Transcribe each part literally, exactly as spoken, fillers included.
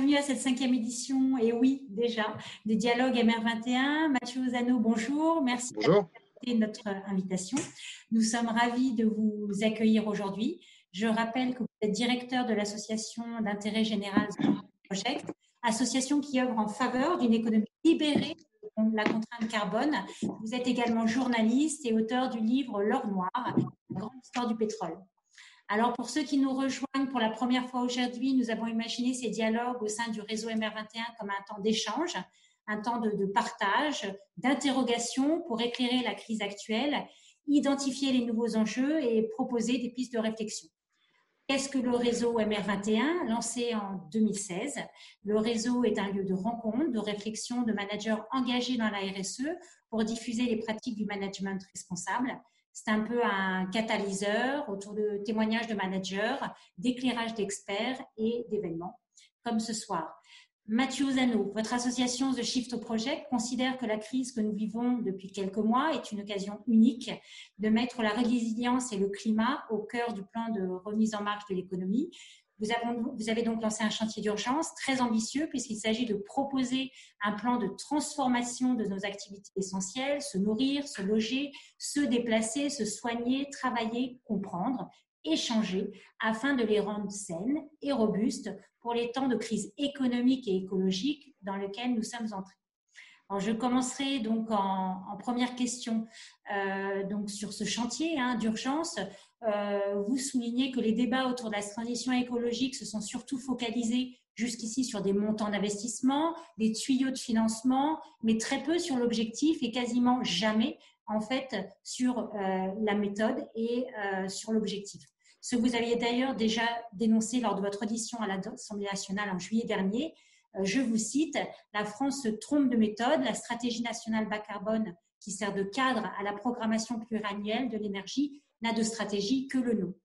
bienvenue à cette cinquième édition, et oui, déjà, des dialogues M R vingt et un. Mathieu Ozano, bonjour. Merci Bonjour. de notre invitation. Nous sommes ravis de vous accueillir aujourd'hui. Je rappelle que vous êtes directeur de l'association d'intérêt général Project, association qui œuvre en faveur d'une économie libérée de la contrainte carbone. Vous êtes également journaliste et auteur du livre L'or noir, la grande histoire du pétrole. Alors, pour ceux qui nous rejoignent pour la première fois aujourd'hui, nous avons imaginé ces dialogues au sein du réseau M R vingt et un comme un temps d'échange, un temps de, de partage, d'interrogation pour éclairer la crise actuelle, identifier les nouveaux enjeux et proposer des pistes de réflexion. Qu'est-ce que le réseau M R vingt et un, lancé en deux mille seize? Le réseau est un lieu de rencontre, de réflexion de managers engagés dans la R S E pour diffuser les pratiques du management responsable. C'est un peu un catalyseur autour de témoignages de managers, d'éclairage d'experts et d'événements, comme ce soir. Mathieu Ozano, votre association The Shift Project considère que la crise que nous vivons depuis quelques mois est une occasion unique de mettre la résilience et le climat au cœur du plan de remise en marche de l'économie. Vous avez, vous avez donc lancé un chantier d'urgence très ambitieux puisqu'il s'agit de proposer un plan de transformation de nos activités essentielles, se nourrir, se loger, se déplacer, se soigner, travailler, comprendre, échanger, afin de les rendre saines et robustes pour les temps de crise économique et écologique dans lesquels nous sommes entrés. Alors, je commencerai donc en, en première question euh, donc sur ce chantier hein, d'urgence. Euh, vous soulignez que les débats autour de la transition écologique se sont surtout focalisés jusqu'ici sur des montants d'investissement, des tuyaux de financement, mais très peu sur l'objectif et quasiment jamais en fait sur euh, la méthode et euh, sur l'objectif. Ce que vous aviez d'ailleurs déjà dénoncé lors de votre audition à l'Assemblée nationale en juillet dernier. Je vous cite, la France se trompe de méthode, la stratégie nationale bas carbone qui sert de cadre à la programmation pluriannuelle de l'énergie n'a de stratégie que le nom.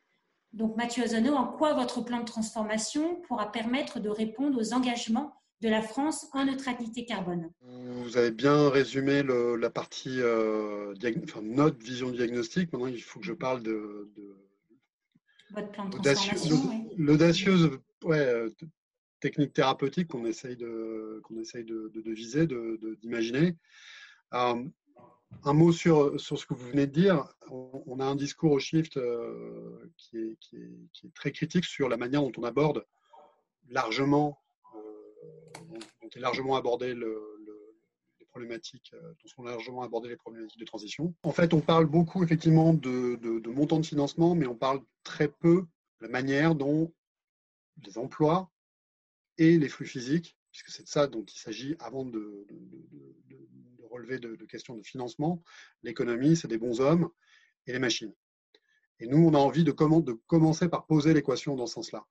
Donc Mathieu Ozano, en quoi votre plan de transformation pourra permettre de répondre aux engagements de la France en neutralité carbone? Vous avez bien résumé le, la partie, euh, enfin, notre vision diagnostique. Maintenant, il faut que je parle de, de votre plan de transformation, oui. L'audacieuse ouais, technique thérapeutique qu'on essaye de, qu'on essaye de, de, de viser, de, de, d'imaginer. Euh, un mot sur, sur ce que vous venez de dire. On, on a un discours au Shift euh, qui, est, qui, est, qui est très critique sur la manière dont on aborde largement, euh, dont est largement abordé le, le, les problématiques, euh, dont sont largement abordées les problématiques de transition. En fait, on parle beaucoup effectivement de, de, de montants de financement, mais on parle très peu de la manière dont les emplois et les flux physiques, puisque c'est de ça dont il s'agit avant de, de, de, de, de relever de, de questions de financement. L'économie, c'est des bons hommes et les machines. Et nous, on a envie de, comment, de commencer par poser l'équation dans ce sens-là.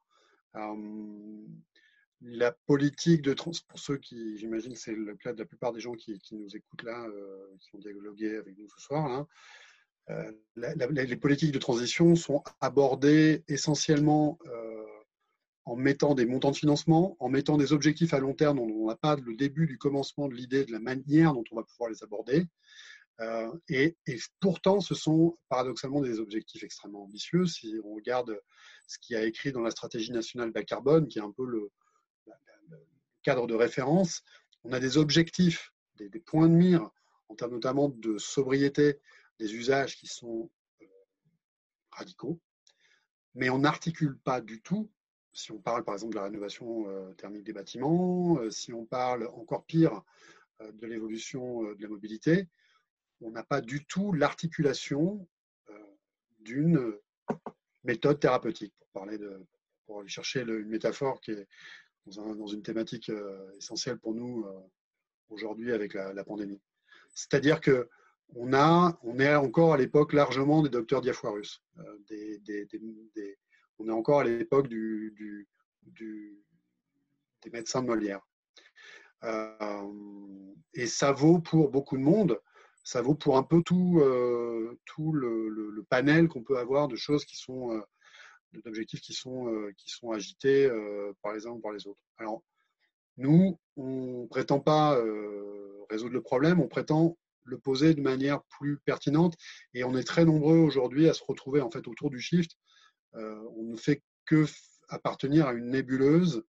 Euh, la politique de trans, pour ceux qui, j'imagine que c'est le cas de la plupart des gens qui, qui nous écoutent là, euh, qui ont dialogué avec nous ce soir, là, euh, la, la, les politiques de transition sont abordées essentiellement euh, en mettant des montants de financement, en mettant des objectifs à long terme dont on n'a pas le début du commencement de l'idée de la manière dont on va pouvoir les aborder. Euh, et, et pourtant, ce sont paradoxalement des objectifs extrêmement ambitieux. Si on regarde ce qui a écrit dans la stratégie nationale bas carbone, qui est un peu le, la, la, le cadre de référence, on a des objectifs, des, des points de mire, en termes notamment de sobriété des usages qui sont euh, radicaux, mais on n'articule pas du tout. Si on parle par exemple de la rénovation euh, thermique des bâtiments, euh, si on parle encore pire euh, de l'évolution euh, de la mobilité, on n'a pas du tout l'articulation euh, d'une méthode thérapeutique, pour parler de, pour aller chercher le, une métaphore qui est dans, un, dans une thématique euh, essentielle pour nous euh, aujourd'hui avec la, la pandémie. C'est-à-dire que on, a, on est encore à l'époque largement des docteurs diafoirus, euh, des, des, des, des on est encore à l'époque du, du, du, des médecins de Molière. Euh, et ça vaut pour beaucoup de monde, ça vaut pour un peu tout, euh, tout le, le, le panel qu'on peut avoir de choses qui sont, euh, d'objectifs qui sont, euh, qui sont agités euh, par les uns ou par les autres. Alors, nous, on ne prétend pas euh, résoudre le problème, on prétend le poser de manière plus pertinente et on est très nombreux aujourd'hui à se retrouver en fait autour du Shift. Euh, on ne fait que appartenir à une nébuleuse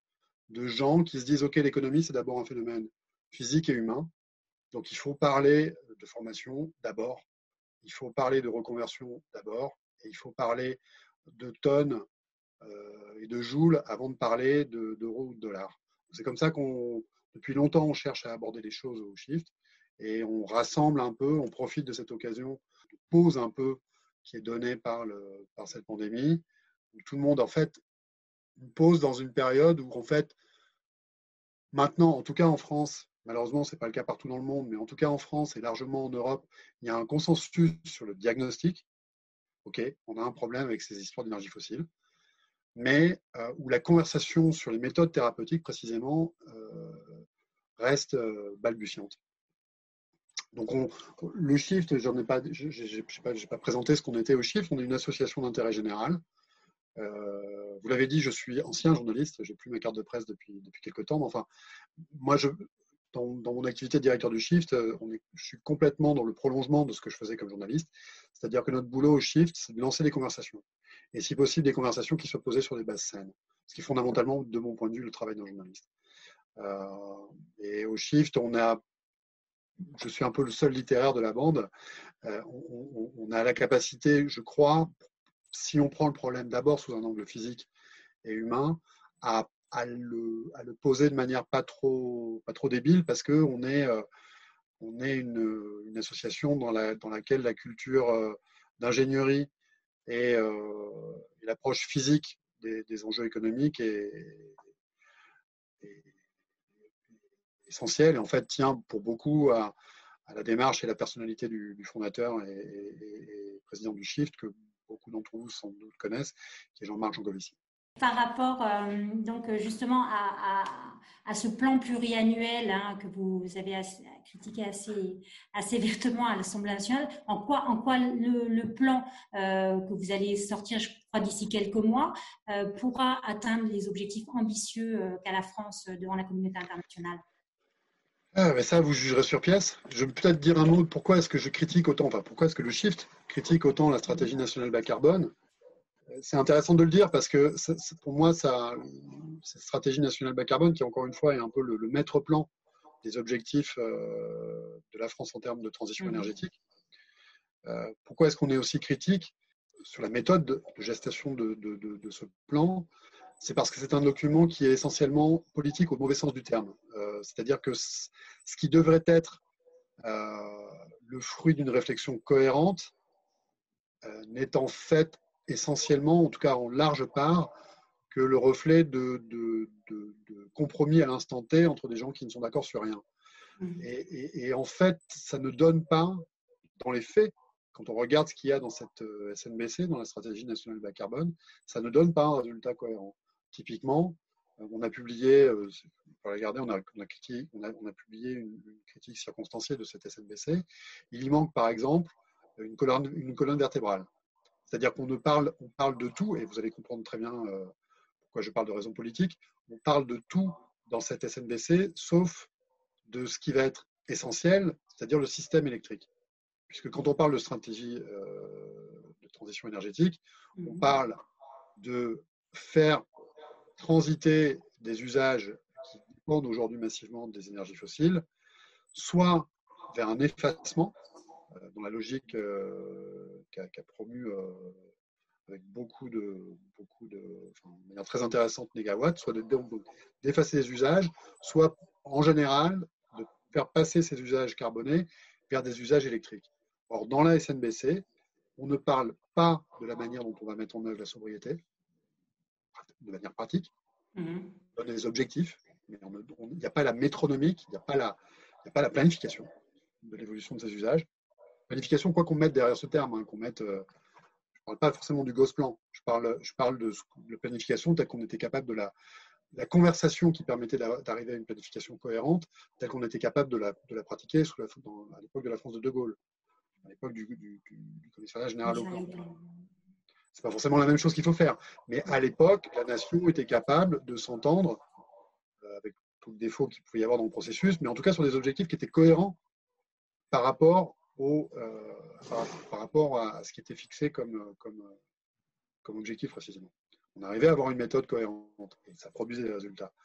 de gens qui se disent, OK, l'économie, c'est d'abord un phénomène physique et humain. Donc, il faut parler de formation d'abord. Il faut parler de reconversion d'abord. Et il faut parler de tonnes euh, et de joules avant de parler de, d'euros ou de dollars. C'est comme ça qu'on, depuis longtemps, on cherche à aborder les choses au Shift. Et on rassemble un peu, on profite de cette occasion de pause un peu qui est donnée par, le, par cette pandémie. Où tout le monde, en fait, pose dans une période où, en fait, maintenant, en tout cas en France, malheureusement, ce n'est pas le cas partout dans le monde, mais en tout cas en France et largement en Europe, il y a un consensus sur le diagnostic. OK, on a un problème avec ces histoires d'énergie fossile, mais euh, où la conversation sur les méthodes thérapeutiques, précisément, euh, reste euh, balbutiante. Donc, on, le Shift, j'en ai pas, je n'ai pas, pas présenté ce qu'on était au Shift. On est une association d'intérêt général. Euh, vous l'avez dit, je suis ancien journaliste, j'ai plus ma carte de presse depuis, depuis quelques temps, mais enfin, moi, je, dans, dans mon activité de directeur du Shift, on est, je suis complètement dans le prolongement de ce que je faisais comme journaliste, c'est-à-dire que notre boulot au Shift, c'est de lancer des conversations, et si possible, des conversations qui soient posées sur des bases saines, ce qui est fondamentalement, de mon point de vue, le travail d'un journaliste. Euh, et au Shift, on a, je suis un peu le seul littéraire de la bande, euh, on, on, on a la capacité, je crois, si on prend le problème d'abord sous un angle physique et humain, à, à, le, à le poser de manière pas trop, pas trop débile, parce qu'on est, euh, on est une, une association dans, la, dans laquelle la culture euh, d'ingénierie et, euh, et l'approche physique des, des enjeux économiques est, est, essentielle et en fait tient pour beaucoup à, à la démarche et la personnalité du, du fondateur et, et, et président du Shift, que beaucoup d'entre vous sans doute connaissent, qui est Jean-Marc Jancovici. Par rapport euh, donc justement à, à, à, ce plan pluriannuel hein, que vous avez assez, critiqué assez, assez vertement à l'Assemblée nationale, en quoi, en quoi le, le plan euh, que vous allez sortir, je crois, d'ici quelques mois, euh, pourra atteindre les objectifs ambitieux euh, qu'a la France devant la communauté internationale? Ah, mais ça, vous jugerez sur pièce. Je vais peut-être dire un mot de pourquoi est-ce que je critique autant, enfin pourquoi est-ce que le Shift critique autant la stratégie nationale bas carbone. C'est intéressant de le dire parce que c'est, pour moi, ça, cette stratégie nationale bas carbone, qui encore une fois est un peu le, le maître plan des objectifs euh, de la France en termes de transition énergétique. Euh, pourquoi est-ce qu'on est aussi critique sur la méthode de, de gestation de, de, de, de ce plan? C'est parce que c'est un document qui est essentiellement politique au mauvais sens du terme. Euh, c'est-à-dire que c- ce qui devrait être euh, le fruit d'une réflexion cohérente euh, n'est en fait essentiellement, en tout cas en large part, que le reflet de, de, de, de compromis à l'instant T entre des gens qui ne sont d'accord sur rien. Mmh. Et, et, et en fait, ça ne donne pas, dans les faits, quand on regarde ce qu'il y a dans cette S N B C, dans la stratégie nationale bas carbone, ça ne donne pas un résultat cohérent. Typiquement, on a publié, euh, pour regarder, on a, on, a critiqué, on, a, on a publié une, une critique circonstanciée de cette S N B C. Il y manque par exemple une colonne, une colonne vertébrale. C'est-à-dire qu'on ne parle, on parle de tout, et vous allez comprendre très bien euh, pourquoi je parle de raisons politiques, on parle de tout dans cette S N B C, sauf de ce qui va être essentiel, c'est-à-dire le système électrique. Puisque quand on parle de stratégie euh, de transition énergétique, on parle de faire transiter des usages qui dépendent aujourd'hui massivement des énergies fossiles, soit vers un effacement, euh, dans la logique euh, qu'a, qu'a promu euh, avec beaucoup de, beaucoup de, enfin, de manière très intéressante Négawatt, soit de, de, d'effacer les usages, soit en général de faire passer ces usages carbonés vers des usages électriques. Or, dans la S N B C, on ne parle pas de la manière dont on va mettre en œuvre la sobriété, de manière pratique, Mmh. on donne des objectifs, mais il n'y a pas la métronomique, il n'y a, a pas la planification de l'évolution de ces usages. Planification, quoi qu'on mette derrière ce terme, hein, qu'on mette, euh, je ne parle pas forcément du Gosplan, je parle, je parle de, de planification telle qu'on était capable de la, la conversation qui permettait d'arriver à une planification cohérente, telle qu'on était capable de la, de la pratiquer sous la, dans, à l'époque de la France de De Gaulle, à l'époque du, du, du, du commissariat général au plan. C'est pas forcément la même chose qu'il faut faire, mais à l'époque, la nation était capable de s'entendre euh, avec tout le défaut qu'il pouvait y avoir dans le processus, mais en tout cas sur des objectifs qui étaient cohérents par rapport au, euh, par, par rapport à ce qui était fixé comme, comme, comme objectif précisément. On arrivait à avoir une méthode cohérente et ça produisait des résultats.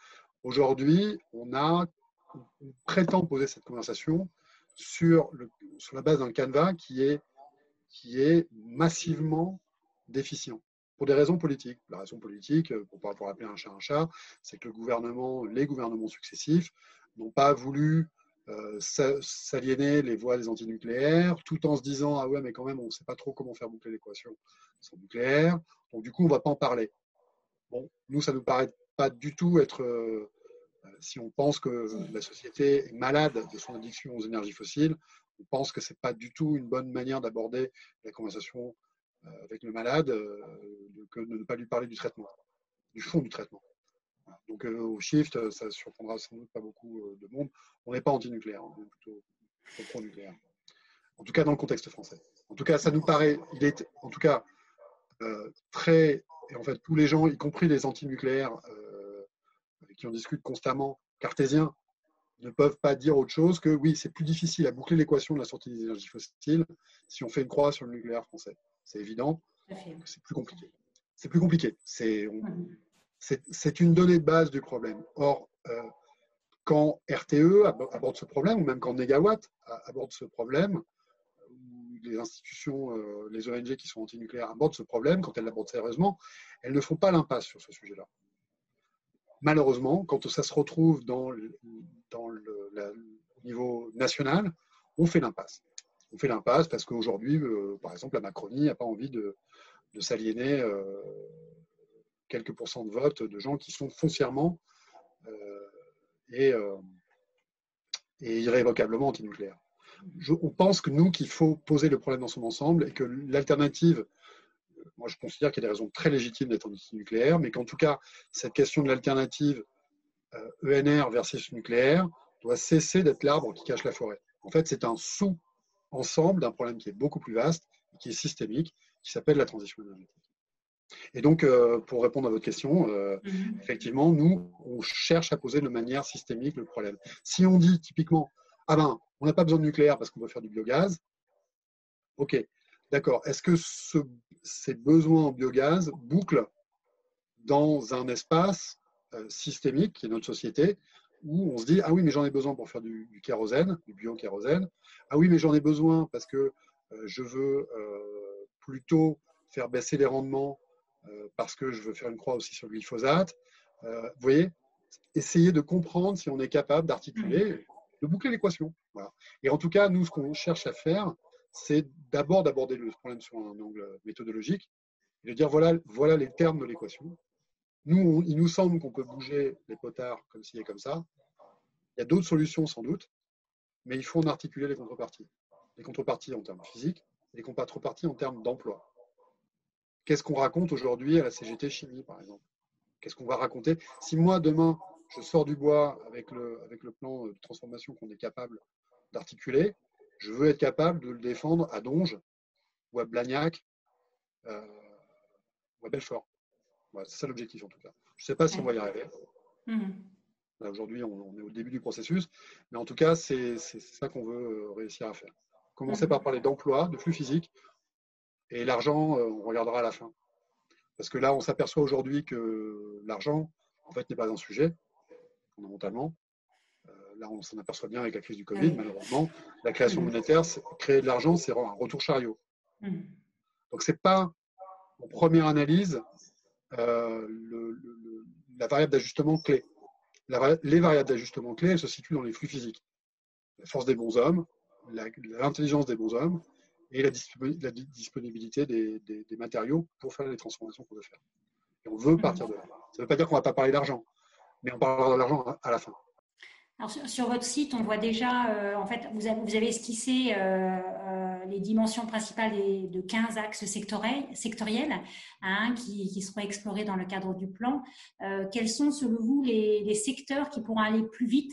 Aujourd'hui, on, a, on prétend poser cette conversation sur, le, sur la base d'un canevas qui est, qui est massivement déficient, pour des raisons politiques. La raison politique, pour pouvoir appeler un chat un chat, c'est que le gouvernement, les gouvernements successifs n'ont pas voulu euh, s'aliéner les voix des antinucléaires, tout en se disant « Ah ouais, mais quand même, on ne sait pas trop comment faire boucler l'équation sans nucléaire, donc du coup, on ne va pas en parler. » Bon, nous, ça ne nous paraît pas du tout être... Euh, si on pense que la société est malade de son addiction aux énergies fossiles, on pense que ce n'est pas du tout une bonne manière d'aborder la conversation avec le malade que de ne pas lui parler du traitement, du fond du traitement. Donc euh, au Shift, ça ne surprendra sans doute pas beaucoup de monde. On n'est pas anti-nucléaire, on est plutôt, plutôt pro-nucléaire. En tout cas, dans le contexte français. En tout cas, ça nous paraît, il est en tout cas euh, très, et en fait, tous les gens, y compris les anti-nucléaires, euh, avec qui on discute constamment, cartésiens, ne peuvent pas dire autre chose que oui, c'est plus difficile à boucler l'équation de la sortie des énergies fossiles si on fait une croix sur le nucléaire français. C'est évident, c'est plus compliqué. C'est plus compliqué. C'est, on, c'est, c'est une donnée de base du problème. Or, euh, quand R T E aborde ce problème, ou même quand Negawatt aborde ce problème, ou les institutions, euh, les O N G qui sont anti-nucléaires abordent ce problème, quand elles l'abordent sérieusement, elles ne font pas l'impasse sur ce sujet-là. Malheureusement, quand ça se retrouve dans le, dans le, la, au niveau national, on fait l'impasse. On fait l'impasse parce qu'aujourd'hui, euh, par exemple, la Macronie n'a pas envie de, de s'aliéner euh, quelques pourcents de vote de gens qui sont foncièrement euh, et, euh, et irrévocablement antinucléaires. Je, on pense que nous, qu'il faut poser le problème dans son ensemble et que l'alternative, moi je considère qu'il y a des raisons très légitimes d'être anti-nucléaire, mais qu'en tout cas, cette question de l'alternative euh, E N R versus nucléaire doit cesser d'être l'arbre qui cache la forêt. En fait, c'est un sous-ensemble d'un problème qui est beaucoup plus vaste, qui est systémique, qui s'appelle la transition énergétique. Et donc, euh, pour répondre à votre question, euh, mm-hmm. effectivement, nous, on cherche à poser de manière systémique le problème. Si on dit typiquement, ah ben, on n'a pas besoin de nucléaire parce qu'on veut faire du biogaz, ok, d'accord. Est-ce que ce, ces besoins en biogaz bouclent dans un espace euh, systémique, qui est notre société, où on se dit, ah oui, mais j'en ai besoin pour faire du, du kérosène, du bio-kérosène. Ah oui, mais j'en ai besoin parce que euh, je veux euh, plutôt faire baisser les rendements euh, parce que je veux faire une croix aussi sur le glyphosate. Euh, vous voyez, essayez de comprendre si on est capable d'articuler, de boucler l'équation. Voilà. Et en tout cas, nous, ce qu'on cherche à faire, c'est d'abord d'aborder le problème sur un angle méthodologique et de dire, voilà, voilà les termes de l'équation. Nous, on, il nous semble qu'on peut bouger les potards comme ci et comme ça. Il y a d'autres solutions sans doute, mais il faut en articuler les contreparties. Les contreparties en termes physiques et les contreparties en termes d'emploi. Qu'est-ce qu'on raconte aujourd'hui à la C G T Chimie, par exemple? Qu'est-ce qu'on va raconter? Si moi, demain, je sors du bois avec le, avec le plan de transformation qu'on est capable d'articuler, je veux être capable de le défendre à Donges ou à Blagnac euh, ou à Belfort. Voilà, c'est ça l'objectif en tout cas. Je ne sais pas si on va y arriver. Mmh. Là, aujourd'hui, on, on est au début du processus, mais en tout cas, c'est, c'est ça qu'on veut réussir à faire. Commencer mmh. par parler d'emploi, de flux physique, et l'argent, on regardera à la fin. Parce que là, on s'aperçoit aujourd'hui que l'argent, en fait, n'est pas un sujet, fondamentalement. Euh, là, on s'en aperçoit bien avec la crise du Covid, oui. Malheureusement. La création mmh. monétaire, créer de l'argent, c'est un retour chariot. Mmh. Donc, ce n'est pas, en première analyse, euh, le, le, la variable d'ajustement clé. La, les variables d'ajustement clé, elles se situent dans les flux physiques. La force des bons hommes, la, l'intelligence des bons hommes, et la, la disponibilité des, des, des matériaux pour faire les transformations qu'on veut faire. Et on veut partir de là. Ça ne veut pas dire qu'on ne va pas parler d'argent, mais on parlera de l'argent à, à la fin. Alors, sur, sur votre site, on voit déjà, euh, en fait, vous avez, vous avez esquissé euh, euh, les dimensions principales des, de quinze axes sectoriels, sectoriels hein, qui, qui seront explorés dans le cadre du plan. Euh, quels sont, selon vous, les, les secteurs qui pourront aller plus vite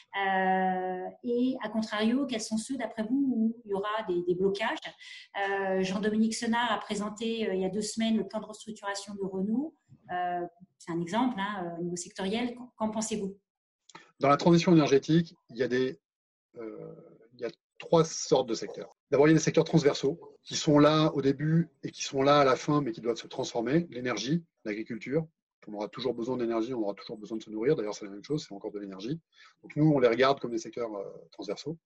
euh, et, à contrario, quels sont ceux, d'après vous, où il y aura des, des blocages euh, Jean-Dominique Senard a présenté euh, il y a deux semaines le plan de restructuration de Renault. Euh, c'est un exemple hein, au niveau sectoriel. Qu'en, qu'en pensez-vous ? Dans la transition énergétique, il y a des, euh, il y a trois sortes de secteurs. D'abord, il y a des secteurs transversaux qui sont là au début et qui sont là à la fin, mais qui doivent se transformer. L'énergie, l'agriculture, On aura toujours besoin d'énergie, on aura toujours besoin de se nourrir. D'ailleurs, c'est la même chose, c'est encore de l'énergie. Donc nous, on les regarde comme des secteurs euh, transversaux.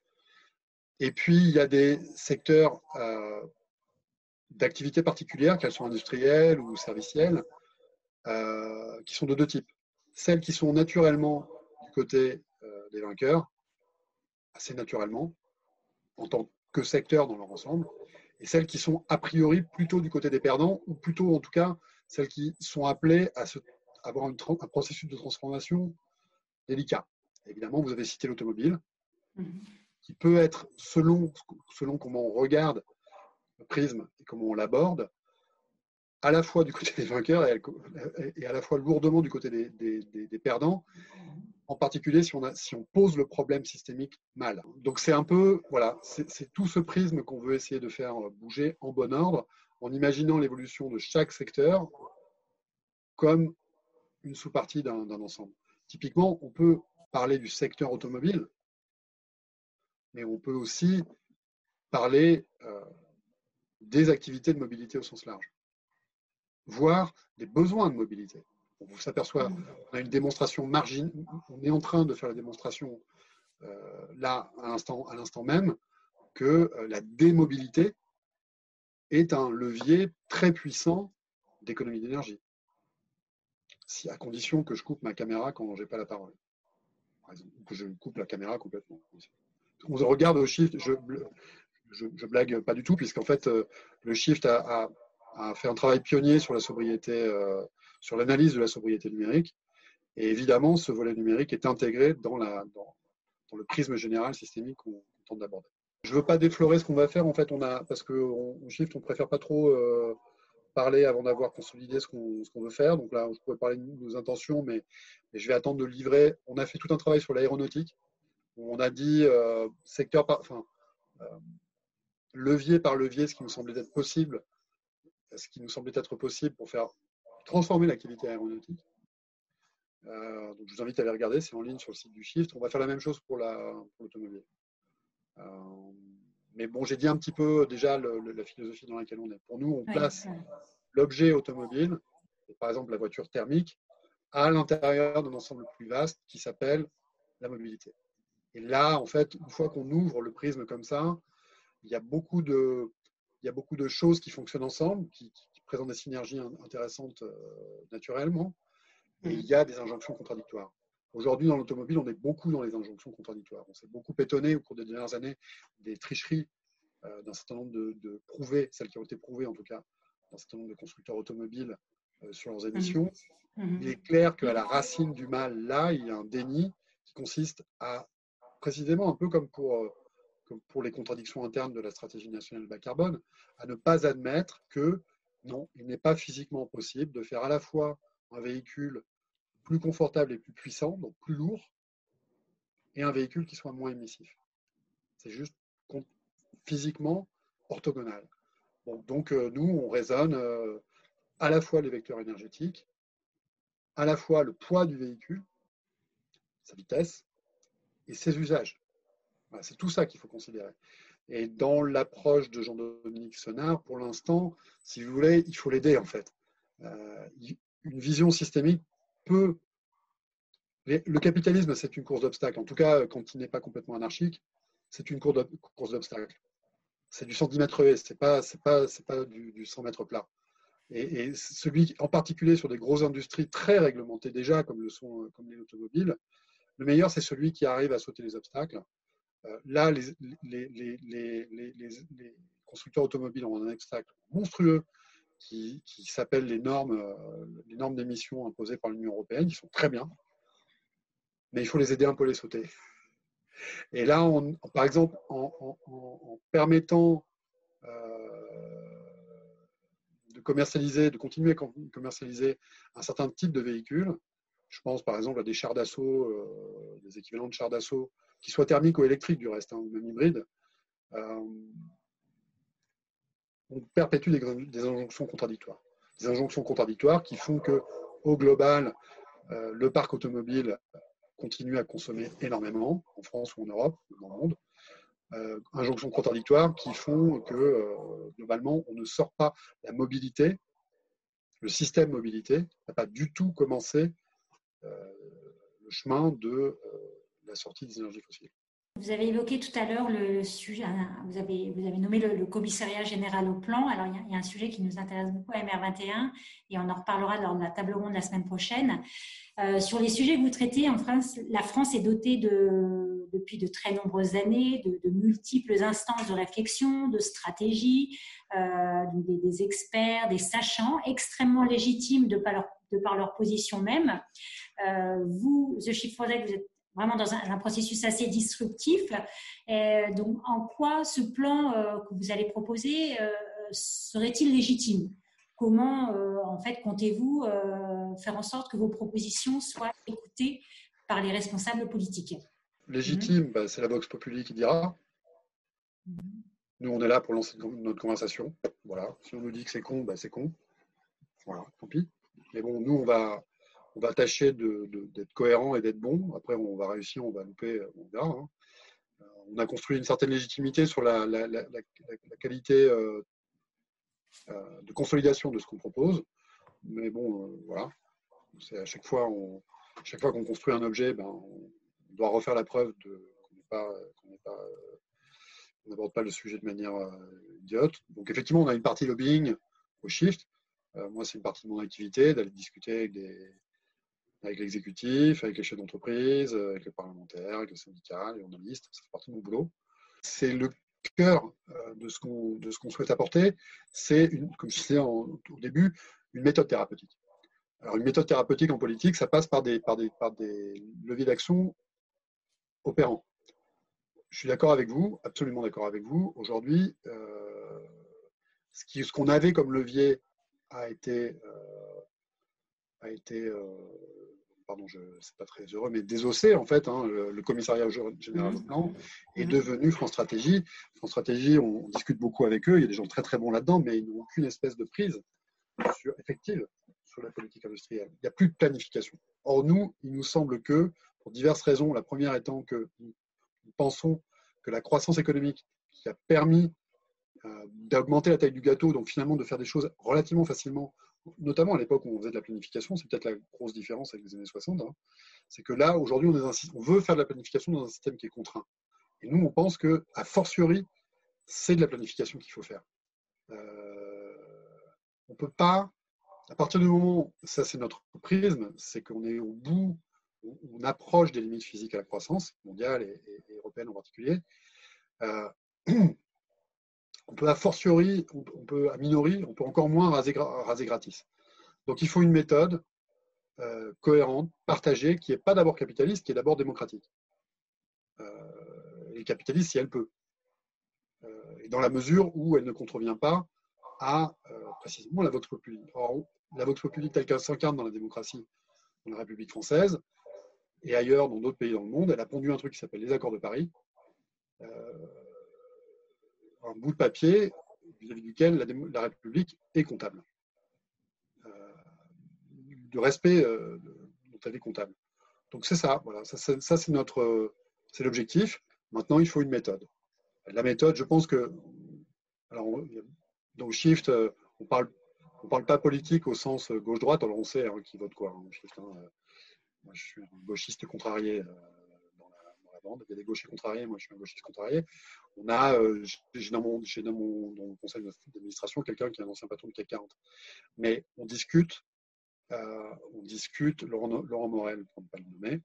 Et puis, il y a des secteurs euh, d'activités particulières, qu'elles soient industrielles ou servicielles, euh, qui sont de deux types. Celles qui sont naturellement du côté euh, des vainqueurs, assez naturellement, en tant que secteur dans leur ensemble, et celles qui sont a priori plutôt du côté des perdants, ou plutôt en tout cas celles qui sont appelées à se, avoir une, un processus de transformation délicat. Évidemment, vous avez cité l'automobile, mm-hmm. qui peut être, selon, selon comment on regarde le prisme et comment on l'aborde, à la fois du côté des vainqueurs et, et à la fois lourdement du côté des, des, des, des perdants, en particulier si on, a, si on pose le problème systémique mal. Donc c'est un peu, voilà, c'est tout ce prisme qu'on veut essayer de faire bouger en bon ordre, en imaginant l'évolution de chaque secteur comme une sous-partie d'un ensemble. Typiquement, on peut parler du secteur automobile, mais on peut aussi parler euh, des activités de mobilité au sens large, voire des besoins de mobilité. On s'aperçoit, on a une démonstration marginale, on est en train de faire la démonstration euh, là, à l'instant à l'instant même, que euh, la démobilité est un levier très puissant d'économie d'énergie. Si, à condition que je coupe ma caméra quand je n'ai pas la parole. Par exemple, ou que je coupe la caméra complètement. On regarde au shift, je, je, je blague pas du tout, puisqu'en fait, euh, le shift a, a, a fait un travail pionnier sur la sobriété, euh, sur l'analyse de la sobriété numérique. Et évidemment, ce volet numérique est intégré dans, la, dans, dans le prisme général systémique qu'on tente d'aborder. Je ne veux pas déflorer ce qu'on va faire, en fait, on a, parce qu'au Shift, on ne préfère pas trop euh, parler avant d'avoir consolidé ce qu'on qu veut faire. Donc là, je pourrais parler de nos intentions, mais, mais je vais attendre de le livrer. On a fait tout un travail sur l'aéronautique, où on a dit euh, secteur par, enfin, euh, levier par levier, ce qui nous semblait être possible, ce qui nous semblait être possible pour faire transformer l'activité aéronautique. Euh, donc je vous invite à aller regarder, c'est en ligne sur le site du Shift. On va faire la même chose pour l'automobile. Euh, mais bon, j'ai dit un petit peu déjà le, le, la philosophie dans laquelle on est. Pour nous, on place oui. l'objet automobile, par exemple la voiture thermique, à l'intérieur d'un ensemble plus vaste qui s'appelle la mobilité. Et là, en fait, une fois qu'on ouvre le prisme comme ça, il y a beaucoup de, il y a beaucoup de choses qui fonctionnent ensemble, qui, qui présentent des synergies intéressantes euh, naturellement, et il y a des injonctions contradictoires. Aujourd'hui, dans l'automobile, on est beaucoup dans les injonctions contradictoires. On s'est beaucoup étonné au cours des dernières années des tricheries euh, d'un certain nombre de, de prouvées, celles qui ont été prouvées en tout cas, d'un certain nombre de constructeurs automobiles euh, sur leurs émissions. Mmh. Il est clair qu'à la racine du mal, là, il y a un déni qui consiste à, précisément un peu comme pour, euh, comme pour les contradictions internes de la stratégie nationale bas carbone, à ne pas admettre que non, il n'est pas physiquement possible de faire à la fois un véhicule plus confortable et plus puissant, donc plus lourd, et un véhicule qui soit moins émissif. C'est juste physiquement orthogonal. Bon, donc euh, nous, on raisonne euh, à la fois les vecteurs énergétiques, à la fois le poids du véhicule, sa vitesse, et ses usages. Voilà, c'est tout ça qu'il faut considérer. Et dans l'approche de Jean-Dominique Senard, pour l'instant, si vous voulez, il faut l'aider en fait. Euh, une vision systémique peut... Le capitalisme, c'est une course d'obstacles. En tout cas, quand il n'est pas complètement anarchique, c'est une course d'obstacles. C'est du centimètre haie, c'est pas, c'est pas, c'est pas du, du cent mètres plat. Et, et celui, en particulier sur des grosses industries très réglementées déjà, comme le sont, comme les automobiles, le meilleur, c'est celui qui arrive à sauter les obstacles. Euh, là, les, les, les, les, les, les constructeurs automobiles ont un obstacle monstrueux qui, qui s'appelle les normes, euh, les normes d'émissions imposées par l'Union européenne, qui sont très bien, mais il faut les aider un peu à les sauter. Et là, on, par exemple, en, en, en permettant euh, de commercialiser, de continuer à commercialiser un certain type de véhicules, je pense par exemple à des chars d'assaut, euh, des équivalents de chars d'assaut, qui soient thermiques ou électriques du reste, hein, ou même hybrides, euh, on perpétue des, des injonctions contradictoires. Des injonctions contradictoires qui font que, au global, euh, le parc automobile continue à consommer énormément, en France ou en Europe, ou dans le monde. Euh, injonctions contradictoires qui font que, euh, globalement, on ne sort pas la mobilité le système mobilité n'a pas du tout commencé euh, le chemin de euh, la sortie des énergies fossiles. Vous avez évoqué tout à l'heure le sujet, vous avez, vous avez nommé le, le commissariat général au plan. Alors, il y, a, il y a un sujet qui nous intéresse beaucoup à M R vingt et un et on en reparlera lors de la table ronde la semaine prochaine. Euh, sur les sujets que vous traitez, en France, la France est dotée de, depuis de très nombreuses années de, de multiples instances de réflexion, de stratégie, euh, des, des experts, des sachants extrêmement légitimes de par leur, de par leur position même. Euh, vous, The Shift Project, vous êtes vraiment dans un, un processus assez disruptif. Et donc, en quoi ce plan euh, que vous allez proposer euh, serait-il légitime? Comment, euh, en fait, comptez-vous euh, faire en sorte que vos propositions soient écoutées par les responsables politiques? Légitime, mmh. bah, c'est la Vox Populi qui dira. Mmh. Nous, on est là pour lancer notre conversation. Voilà. Si on nous dit que c'est con, bah, c'est con. Voilà, tant pis. Mais bon, nous, on va... On va tâcher de, de, d'être cohérent et d'être bon. Après, on va réussir, on va louper, on verra. Hein. On a construit une certaine légitimité sur la, la, la, la, la qualité euh, euh, de consolidation de ce qu'on propose. Mais bon, euh, voilà. C'est à chaque fois, on, chaque fois qu'on construit un objet, ben, on doit refaire la preuve de, qu'on n'est pas, qu'on n'est pas, euh, on n'aborde pas le sujet de manière euh, idiote. Donc, effectivement, on a une partie lobbying au Shift. Euh, moi, c'est une partie de mon activité d'aller discuter avec des avec l'exécutif, avec les chefs d'entreprise, avec les parlementaires, avec les syndicats, les journalistes, ça fait partie de mon boulot. C'est le cœur de ce qu'on, de ce qu'on souhaite apporter, c'est, une, comme je disais en, au début, une méthode thérapeutique. Alors une méthode thérapeutique en politique, ça passe par des, par des, par des leviers d'action opérants. Je suis d'accord avec vous, absolument d'accord avec vous. Aujourd'hui, euh, ce, qui, ce qu'on avait comme levier a été, euh, a été euh, pardon, je c'est pas très heureux, mais désossé en fait. Hein, le, le commissariat général au plan est devenu France Stratégie. France Stratégie, on, on discute beaucoup avec eux. Il y a des gens très très bons là-dedans, mais ils n'ont aucune espèce de prise sur, effective sur la politique industrielle. Il n'y a plus de planification. Or nous, il nous semble que, pour diverses raisons, la première étant que nous, nous pensons que la croissance économique qui a permis euh, d'augmenter la taille du gâteau, donc finalement de faire des choses relativement facilement, notamment à l'époque où on faisait de la planification, c'est peut-être la grosse différence avec les années soixante, hein, c'est que là, aujourd'hui, on, est un, on veut faire de la planification dans un système qui est contraint. Et nous, on pense que, a fortiori, c'est de la planification qu'il faut faire. Euh, on ne peut pas, à partir du moment, ça c'est notre prisme, c'est qu'on est au bout, on, on approche des limites physiques à la croissance, mondiale et, et, et européenne en particulier. Euh, on peut a fortiori, on, on peut a minori, on peut encore moins raser, raser gratis. Donc il faut une méthode euh, cohérente, partagée, qui n'est pas d'abord capitaliste, qui est d'abord démocratique. Euh, et capitaliste si elle peut. Euh, et dans la mesure où elle ne contrevient pas à euh, précisément la Vox Populi. Or, la Vox Populi telle qu'elle s'incarne dans la démocratie, dans la République française, et ailleurs, dans d'autres pays dans le monde, elle a pondu un truc qui s'appelle les accords de Paris, euh, un bout de papier vis-à-vis duquel la, la République est comptable. Euh, de respect euh, dont elle est comptable. Donc c'est ça, voilà, ça, ça, ça c'est notre, c'est l'objectif. Maintenant, il faut une méthode. La méthode, je pense que, alors, dans le Shift, on parle, on parle pas politique au sens gauche-droite, alors on sait hein, qui vote quoi. Hein, Shift, hein. Moi, je suis un gauchiste contrarié euh, dans, la, dans la bande. Il y a des gauchers contrariés, moi je suis un gauchiste contrarié. On a, euh, j'ai dans mon, j'ai dans mon, dans mon conseil d'administration quelqu'un qui est un ancien patron du C A C quarante. Mais on discute, euh, on discute, Laurent, Laurent Morel, pour ne pas le nommer,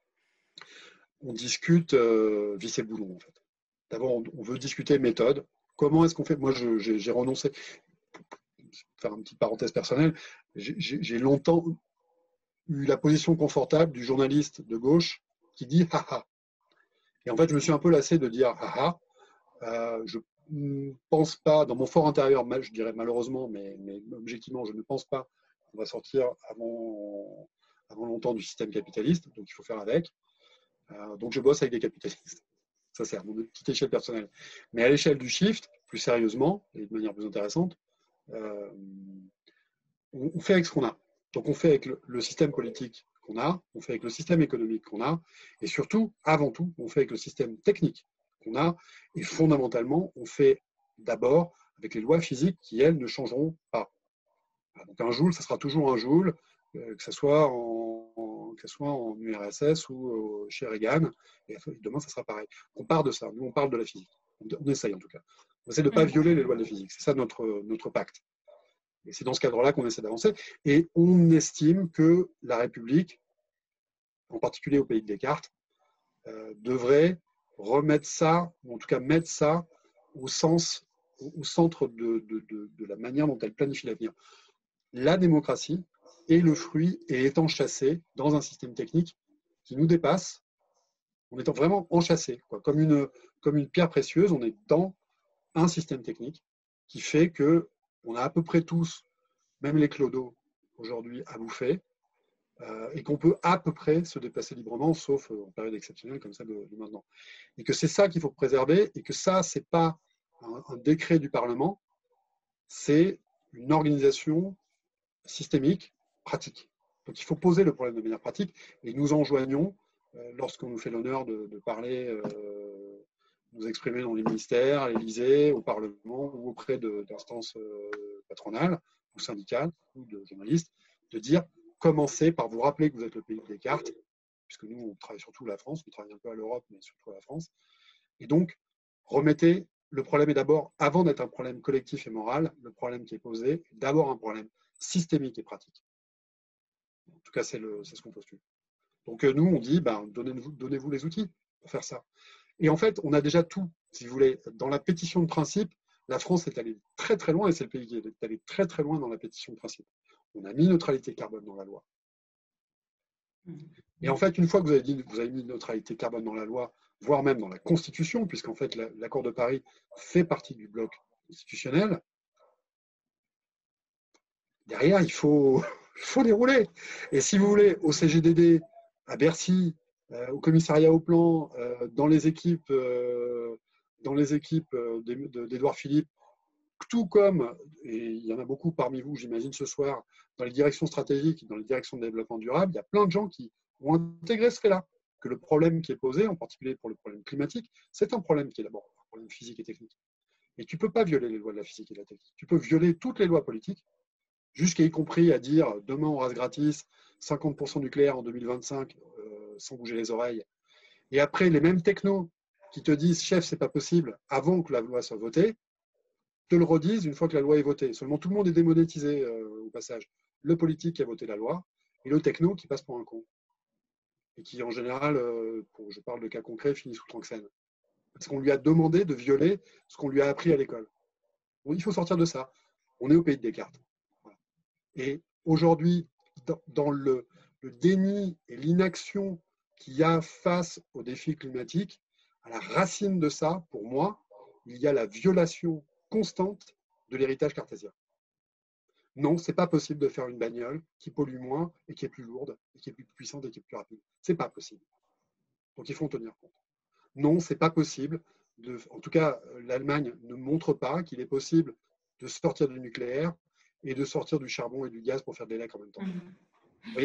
on discute euh, vis et boulon en fait. D'abord, on, on veut discuter méthode. Comment est-ce qu'on fait? Moi, je, j'ai, j'ai renoncé. Pour faire une petite parenthèse personnelle, j'ai, j'ai longtemps eu la position confortable du journaliste de gauche qui dit haha. Et en fait, je me suis un peu lassé de dire haha. Euh, je ne pense pas, dans mon fort intérieur, je dirais malheureusement, mais, mais objectivement, je ne pense pas qu'on va sortir avant, avant longtemps du système capitaliste. Donc, il faut faire avec. Euh, donc, je bosse avec des capitalistes. Ça, c'est à mon petite échelle personnelle. Mais à l'échelle du Shift, plus sérieusement et de manière plus intéressante, euh, on, on fait avec ce qu'on a. Donc, on fait avec le, le système politique qu'on a, on fait avec le système économique qu'on a, et surtout, avant tout, on fait avec le système technique qu'on a, et fondamentalement, on fait d'abord avec les lois physiques qui, elles, ne changeront pas. Donc un joule, ça sera toujours un joule, euh, que ce soit en, en, que ce soit en U R S S ou euh, chez Reagan. Et demain, ça sera pareil. On part de ça. Nous, on parle de la physique. On, on essaye en tout cas. On essaie de ne pas violer les lois de la physique. C'est ça notre, notre pacte. Et c'est dans ce cadre-là qu'on essaie d'avancer. Et on estime que la République, en particulier au pays de Descartes, euh, devrait remettre ça, ou en tout cas mettre ça au sens, au, au centre de, de, de, de la manière dont elle planifie l'avenir. La démocratie est le fruit et est enchâssée dans un système technique qui nous dépasse. On est vraiment enchâssé, quoi. Comme, une, comme une pierre précieuse, on est dans un système technique qui fait que on a à peu près tous, même les clodos aujourd'hui, à bouffer, euh, et qu'on peut à peu près se déplacer librement, sauf en période exceptionnelle comme ça de, de maintenant. Et que c'est ça qu'il faut préserver, et que ça, c'est pas un, un décret du Parlement, c'est une organisation systémique, pratique. Donc il faut poser le problème de manière pratique, et nous enjoignons, euh, lorsqu'on nous fait l'honneur de, de parler, euh, nous exprimer dans les ministères, à l'Élysée, au Parlement ou auprès d'instances euh, patronales ou syndicales ou de journalistes, de dire commencez par vous rappeler que vous êtes le pays de Descartes, puisque nous on travaille surtout la France, on travaille un peu à l'Europe, mais surtout à la France, et donc remettez, le problème est d'abord, avant d'être un problème collectif et moral, le problème qui est posé est d'abord un problème systémique et pratique. En tout cas, c'est ce qu'on postule. Donc nous, on dit, ben, donnez-vous donnez les outils pour faire ça. Et en fait, on a déjà tout, si vous voulez. Dans la pétition de principe, la France est allée très très loin, et c'est le pays qui est allé très très loin dans la pétition de principe. On a mis neutralité carbone dans la loi. Et en fait, une fois que vous avez dit vous avez mis neutralité carbone dans la loi, voire même dans la Constitution, puisqu'en fait, l'accord de Paris fait partie du bloc constitutionnel, derrière, il faut, il faut dérouler. Et si vous voulez, au C G D D, à Bercy, euh, au commissariat au plan, euh, dans les équipes, euh, dans les équipes d'Édouard Philippe, tout comme, et il y en a beaucoup parmi vous, j'imagine, ce soir, dans les directions stratégiques, dans les directions de développement durable, il y a plein de gens qui ont intégré ce fait-là, que le problème qui est posé, en particulier pour le problème climatique, c'est un problème qui est d'abord un problème physique et technique. Et tu ne peux pas violer les lois de la physique et de la technique. Tu peux violer toutes les lois politiques, jusqu'à y compris à dire demain on rase gratis, cinquante pour cent nucléaire en deux mille vingt-cinq, euh, sans bouger les oreilles. Et après, les mêmes technos qui te disent chef, c'est pas possible, avant que la loi soit votée, te le redisent une fois que la loi est votée. Seulement, tout le monde est démonétisé euh, au passage. Le politique qui a voté la loi et le techno qui passe pour un con. Et qui, en général, euh, pour, je parle de cas concrets, finit sous tranxène. Parce qu'on lui a demandé de violer ce qu'on lui a appris à l'école. Bon, il faut sortir de ça. On est au pays de Descartes. Voilà. Et aujourd'hui, dans, dans le, le déni et l'inaction qu'il y a face aux défis climatiques, à la racine de ça, pour moi, il y a la violation constante de l'héritage cartésien. Non, c'est pas possible de faire une bagnole qui pollue moins et qui est plus lourde et qui est plus puissante et qui est plus rapide. C'est pas possible. Donc il faut en tenir compte. Non, c'est pas possible. De, en tout cas, l'Allemagne ne montre pas qu'il est possible de sortir du nucléaire et de sortir du charbon et du gaz pour faire des lacs en même temps. Vous voyez ?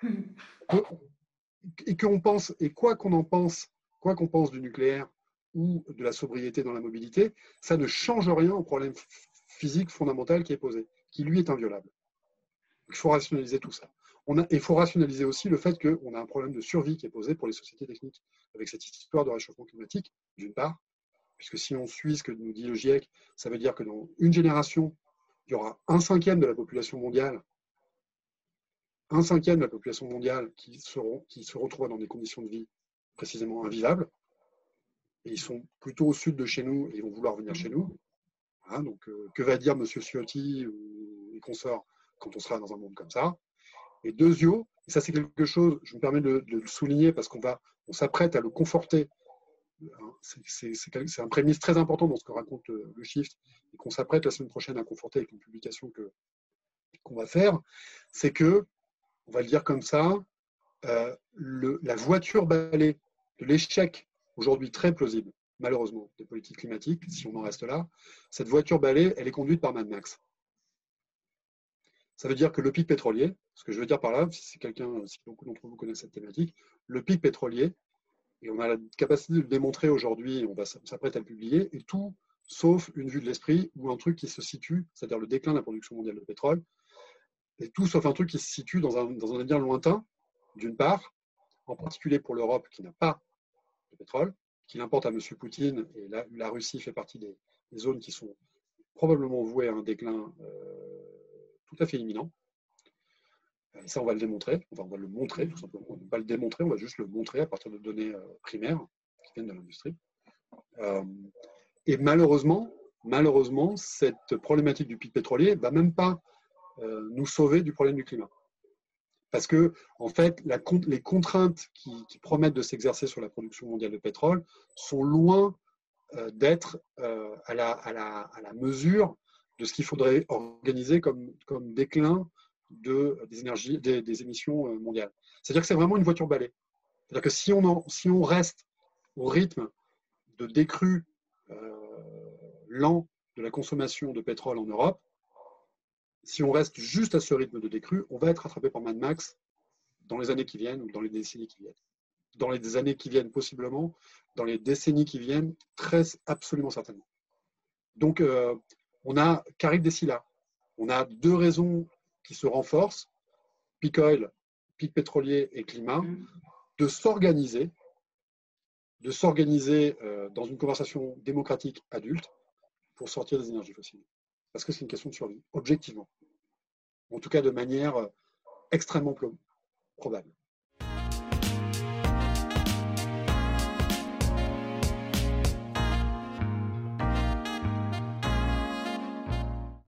Et qu'on pense, et quoi qu'on en pense, quoi qu'on pense du nucléaire ou de la sobriété dans la mobilité, ça ne change rien au problème physique fondamental qui est posé, qui lui est inviolable. Il faut rationaliser tout ça. On a, il faut rationaliser aussi le fait qu'on a un problème de survie qui est posé pour les sociétés techniques avec cette histoire de réchauffement climatique, d'une part, puisque si on suit ce que nous dit le GIEC, ça veut dire que dans une génération, il y aura un cinquième de la population mondiale, un cinquième de la population mondiale qui, seront, qui se retrouvera dans des conditions de vie précisément invivables, et ils sont plutôt au sud de chez nous et ils vont vouloir venir chez nous. Hein, donc, euh, que va dire M. Ciotti ou les consorts quand on sera dans un monde comme ça? Et deuxièmement, et ça c'est quelque chose, je me permets de, de le souligner parce qu'on va, on s'apprête à le conforter. C'est un prémisse très important dans ce que raconte le, le Shift et qu'on s'apprête la semaine prochaine à conforter avec une publication que qu'on va faire, c'est que, on va le dire comme ça, euh, le, la voiture balai de l'échec aujourd'hui très plausible, malheureusement, des politiques climatiques, si on en reste là, cette voiture balai, elle est conduite par Mad Max. Ça veut dire que le pic pétrolier, ce que je veux dire par là, si quelqu'un, si beaucoup d'entre vous connaissent cette thématique, le pic pétrolier, et on a la capacité de le démontrer aujourd'hui, on va s'apprête à le publier, et tout sauf une vue de l'esprit ou un truc qui se situe, c'est-à-dire le déclin de la production mondiale de pétrole, et tout sauf un truc qui se situe dans un, dans un avenir lointain, d'une part, en particulier pour l'Europe qui n'a pas de pétrole, qui l'importe à M. Poutine, et la, la Russie fait partie des, des zones qui sont probablement vouées à un déclin euh, tout à fait imminent. Et ça, on va le démontrer, enfin, on va le montrer tout simplement. On ne va pas le démontrer, on va juste le montrer à partir de données euh, primaires qui viennent de l'industrie. Euh, et malheureusement, malheureusement, cette problématique du pic pétrolier ne va même pas euh, nous sauver du problème du climat. Parce que, en fait, la, les contraintes qui, qui promettent de s'exercer sur la production mondiale de pétrole sont loin euh, d'être euh, à, la, à, la, à la mesure de ce qu'il faudrait organiser comme, comme déclin de, des, énergies, des, des émissions mondiales. C'est-à-dire que c'est vraiment une voiture balai. C'est-à-dire que si on, en, si on reste au rythme de décrue euh, lent de la consommation de pétrole en Europe, si on reste juste à ce rythme de décrue, on va être rattrapé par Mad Max dans les années qui viennent ou dans les décennies qui viennent. Dans les années qui viennent, possiblement, dans les décennies qui viennent, très absolument certainement. Donc, euh, on a qu'arrive d'ici là. On a deux raisons qui se renforcent, peak oil, pic pétrolier et climat, de s'organiser, de s'organiser euh, dans une conversation démocratique adulte pour sortir des énergies fossiles. Parce que c'est une question de survie, objectivement. En tout cas, de manière extrêmement probable.